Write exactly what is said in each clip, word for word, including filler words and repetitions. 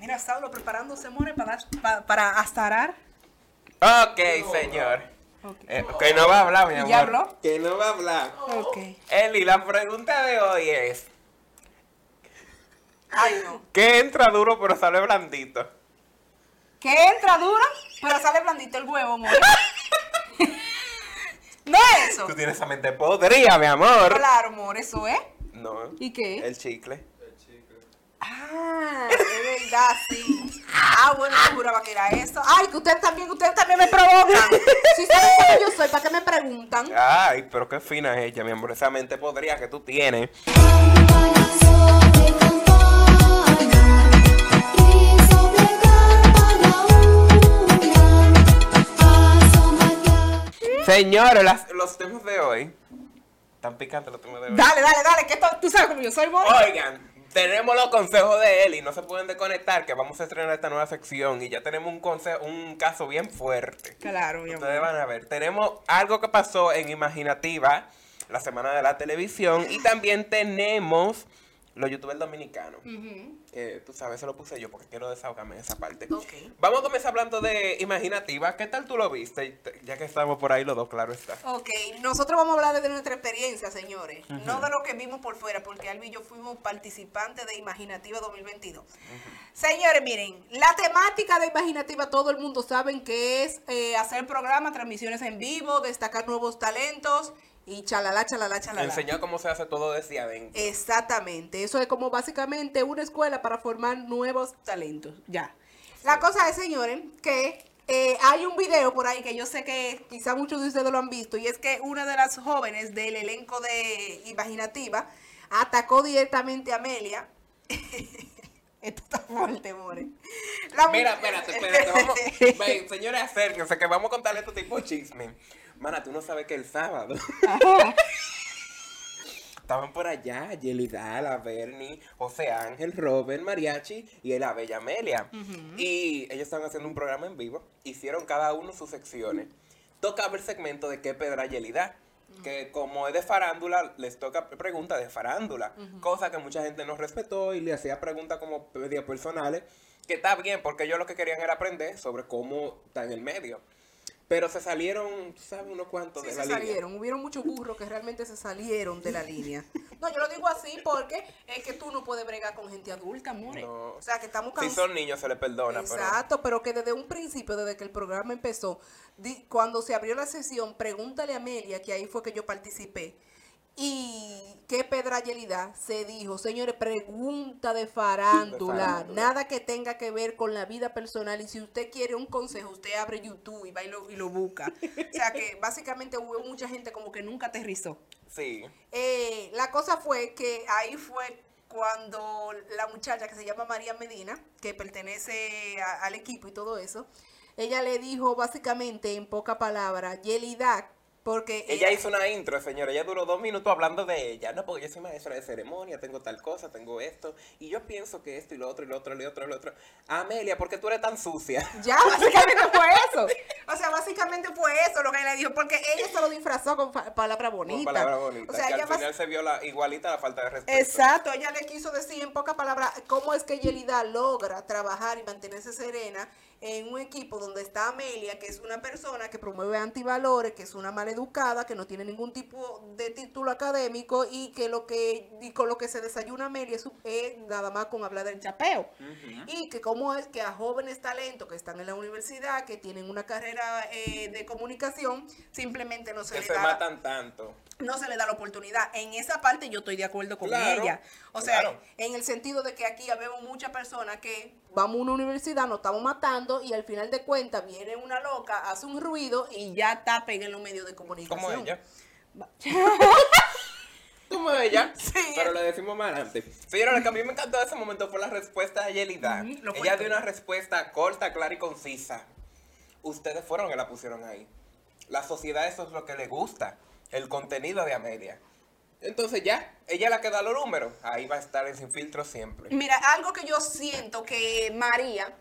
Era Saulo preparándose, more, para, para, para azarar. Ok, señor. Okay. Eh, que no va a hablar, mi ¿Y amor. ya habló? Que no va a hablar. Ok. Eli, la pregunta de hoy es... Ay, no. ¿Qué entra duro pero sale blandito? Que entra duro, pero sale blandito el huevo, more. No es eso. Tú tienes esa mente podrida, mi amor. Claro, amor, eso es. No. ¿Y qué? El chicle. Ah, es verdad, sí. Ah, bueno, yo juraba que era eso. Ay, que ustedes también, ustedes también me provocan. Si saben cómo yo soy, ¿para qué me preguntan? Ay, pero qué fina es ella, mi amor. Esa mente podrida que tú tienes. Señores, las- los temas de hoy. Tan picantes los temas de hoy. Dale, dale, dale, que esto, tú sabes cómo yo soy, amor. Oigan, tenemos los consejos de Eli, no se pueden desconectar, que vamos a estrenar esta nueva sección y ya tenemos un consejo, un caso bien fuerte. Claro, mi Ustedes amor. van a ver, tenemos algo que pasó en Imaginativa, la semana de la televisión, y también tenemos los youtubers dominicanos. Ujú. Que tú sabes, se lo puse yo porque quiero desahogarme en esa parte. Ok. Vamos a comenzar hablando de Imaginativa. ¿Qué tal tú lo viste? Ya que estamos por ahí los dos, claro está. Ok, nosotros vamos a hablar de nuestra experiencia, señores. No de lo que vimos por fuera, porque Albi y yo fuimos participantes de Imaginativa dos mil veintidós. Señores, miren, la temática de Imaginativa todo el mundo sabe que es eh, hacer programas, transmisiones en vivo, destacar nuevos talentos y chalala, chalala, chalala. Enseñar cómo se hace todo desde adentro. Exactamente, eso es como básicamente una escuela para formar nuevos talentos, ya. La cosa es, señores, que eh, hay un video por ahí que yo sé que quizá muchos de ustedes lo han visto, y es que una de las jóvenes del elenco de Imaginativa atacó directamente a Amelia. Esto está fuerte, more. La Mira, mu- espérate, espérate, vamos. Ven, señores, acérquense, que vamos a contarle este tipo de chisme. Mana, tú no sabes que el sábado Ajá. estaban por allá Yelida, la Bernie, José Ángel, Robert, Mariachi y la bella Amelia. Y ellos estaban haciendo un programa en vivo, hicieron cada uno sus secciones. Tocaba el segmento de qué pedra Yelida. Que como es de farándula, les toca preguntas de farándula. Cosa que mucha gente no respetó y le hacía preguntas como media personales. Que está bien, porque ellos lo que querían era aprender sobre cómo está en el medio. Pero se salieron, tú sabes, unos cuantos Sí, de se la línea. salieron, hubieron muchos burros que realmente se salieron de la línea. No, yo lo digo así porque es que tú no puedes bregar con gente adulta, more. No. O sea, que estamos Si cansados. son niños se les perdona, Exacto, pero que desde un principio, desde que el programa empezó, di- cuando se abrió la sesión, pregúntale a Amelia, que ahí fue que yo participé, y qué pedra Yelida se dijo, señores, pregunta de farándula, De farándula. nada que tenga que ver con la vida personal, y si usted quiere un consejo, usted abre YouTube y va y lo, y lo busca. O sea que básicamente hubo mucha gente como que nunca aterrizó. pero... Sí. Eh, la cosa fue que ahí fue cuando la muchacha que se llama María Medina, que pertenece a- al equipo y todo eso, ella le dijo básicamente en poca palabra, Yelida, porque Ella hizo una intro, señora. Ella duró dos minutos hablando de ella. No, porque yo soy maestra de ceremonia, tengo tal cosa, tengo esto. Y yo pienso que esto y lo otro, y lo otro, y lo otro, y lo otro. Amelia, ¿por qué tú eres tan sucia? ya, básicamente fue eso. O sea, básicamente fue eso lo que ella le dijo, porque ella se lo disfrazó con fa- palabra bonita. Con palabra bonita. O sea, que ella al bas- final se vio la, igualita la falta de respeto. Exacto, ella le quiso decir en pocas palabras cómo es que Yelida logra trabajar y mantenerse serena en un equipo donde está Amelia, que es una persona que promueve antivalores, que es una maleducada, que no tiene ningún tipo de título académico y que lo que y con lo que se desayuna Amelia es, su- es nada más con hablar del chapeo. Y que cómo es que a jóvenes talentos que están en la universidad, que tienen una carrera eh, de comunicación, simplemente no se Que les se da matan tanto. no se le da la oportunidad. En esa parte yo estoy de acuerdo con Claro, ella. O sea, claro. en el sentido de que aquí vemos muchas personas que vamos a una universidad, nos estamos matando y al final de cuentas viene una loca, hace un ruido y ya está pegada en los medios de comunicación. Como ella. Como ella. Sí. Pero le decimos más adelante. Señora, lo que a mí me encantó de ese momento fue la respuesta de Yelida. Ujú, lo fue Ella todo. dio una respuesta corta, clara y concisa. Ustedes fueron que la pusieron ahí. La sociedad eso es lo que le gusta. El contenido de Amelia. Entonces ya, ella la que da los números. Ahí va a estar en Sin Filtro siempre. Mira, algo que yo siento que María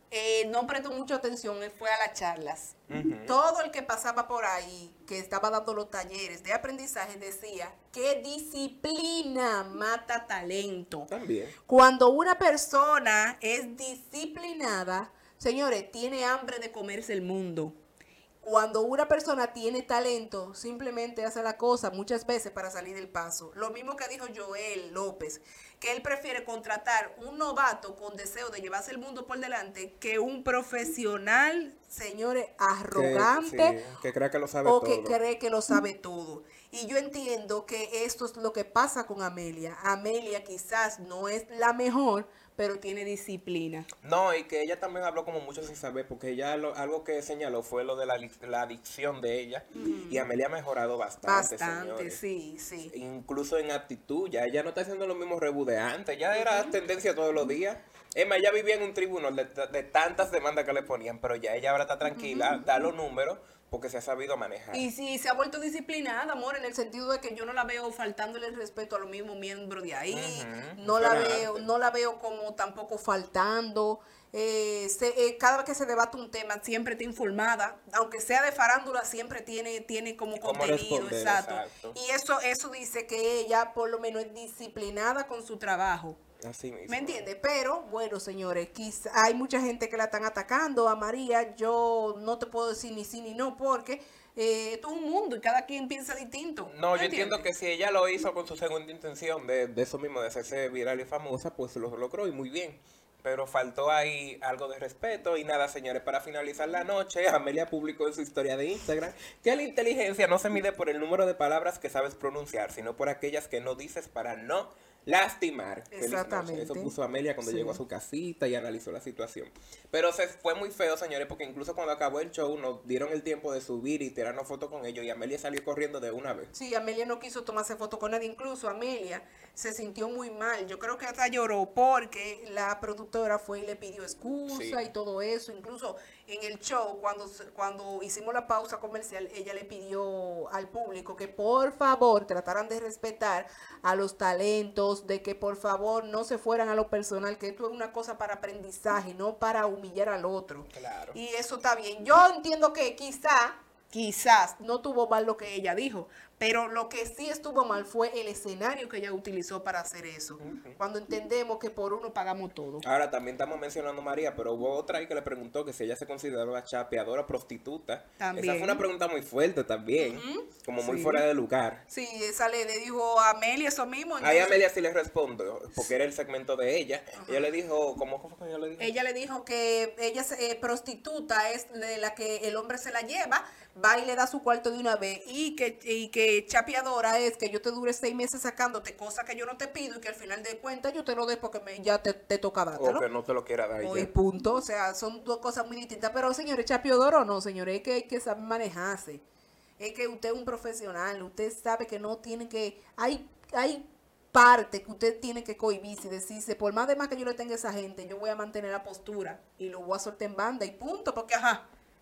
eh, no prestó mucha atención, él fue a las charlas. Ujú. Todo el que pasaba por ahí, que estaba dando los talleres de aprendizaje, decía que disciplina mata talento. También. Cuando una persona es disciplinada, señores, tiene hambre de comerse el mundo. Cuando una persona tiene talento, simplemente hace la cosa muchas veces para salir del paso. Lo mismo que dijo Joel López, que él prefiere contratar un novato con deseo de llevarse el mundo por delante que un profesional, señores, arrogante, Que, sí, que crea que lo sabe o todo. que cree que lo sabe todo. Y yo entiendo que esto es lo que pasa con Amelia. Amelia quizás no es la mejor, pero tiene disciplina. No, y que ella también habló como mucho sin saber, porque ella lo- algo que señaló fue lo de la, li- la adicción de ella, y Amelia ha mejorado bastante, Bastante, señores. sí, sí. Incluso en actitud, ya ella no está haciendo los mismos rebus de antes, ya era tendencia todos los días. Es más, ella vivía en un tribunal de, de tantas demandas que le ponían, pero ya ella ahora está tranquila, da los números, porque se ha sabido manejar. Y sí, se ha vuelto disciplinada, amor, en el sentido de que yo no la veo faltándole el respeto a los mismos miembros de ahí, Ujú, no eso la era veo, antes. no la veo como tampoco faltando. Eh, se- eh, cada vez que se debate un tema siempre está informada, aunque sea de farándula, siempre tiene, tiene como Cómo contenido, responder, exacto. exacto. Y eso, eso dice que ella por lo menos es disciplinada con su trabajo. Así mismo. ¿Me entiendes? Pero, bueno, señores, quizá hay mucha gente que la están atacando a María. Yo no te puedo decir ni sí ni no, porque eh, esto es un mundo y cada quien piensa distinto. No, ¿Me yo entiendo entiendes? que si ella lo hizo con su segunda intención de, de eso mismo, de hacerse viral y famosa, pues lo logró y muy bien. Pero faltó ahí algo de respeto. Y nada, señores, para finalizar la noche, Amelia publicó en su historia de Instagram que la inteligencia no se mide por el número de palabras que sabes pronunciar, sino por aquellas que no dices para no lastimar. Feliz noche. Exactamente. Eso puso Amelia cuando Sí. llegó a su casita y analizó la situación. Pero se fue muy feo, señores, porque incluso cuando acabó el show nos dieron el tiempo de subir y tirarnos fotos con ellos y Amelia salió corriendo de una vez. Sí, Amelia no quiso tomarse foto con nadie. Incluso Amelia se sintió muy mal. Yo creo que hasta lloró porque la productora fue y le pidió excusa Sí. y todo eso. Incluso en el show, cuando, se- cuando hicimos la pausa comercial, ella le pidió al público que por favor trataran de respetar a los talentos, de que por favor no se fueran a lo personal, que esto es una cosa para aprendizaje, no para humillar al otro. Claro. Y eso está bien. Yo entiendo que quizá, quizás no tuvo mal lo que ella dijo, pero lo que sí estuvo mal fue el escenario que ella utilizó para hacer eso. Cuando entendemos que por uno pagamos todo. Ahora también estamos mencionando a María, pero hubo otra ahí que le preguntó que si ella se consideraba chapeadora o prostituta. También. Esa fue una pregunta muy fuerte también, como muy Sí. fuera de lugar. Sí, esa le, le dijo a Amelia eso mismo. Ahí entonces- Amelia sí le respondió, porque era el segmento de ella. Ella le dijo, ¿cómo fue que ella le dijo? Ella le dijo que ella se- eh, prostituta es de la que el hombre se la lleva, va y le da su cuarto de una vez, y que, y que chapeadora es que yo te dure seis meses sacándote cosas que yo no te pido y que al final de cuentas yo te lo dé porque me, ya te, te toca O dártelo. que no te lo quiera dar O ya. y punto, o sea, son dos cosas muy distintas. Pero señores, chapeadora o no, señores, es que hay que saber manejarse. Es que usted es un profesional, usted sabe que no tiene que, hay, hay parte que usted tiene que cohibirse y decirse, por más de más que yo le tenga a esa gente, yo voy a mantener la postura y lo voy a soltar en banda y punto, porque ajá,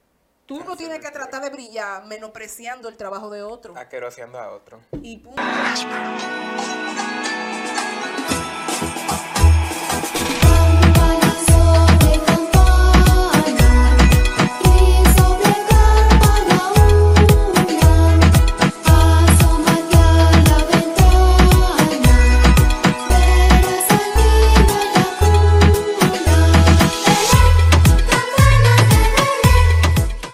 tú no tienes que tratar de brillar menospreciando el trabajo de otro. Aqueroseando a otro. Y punto.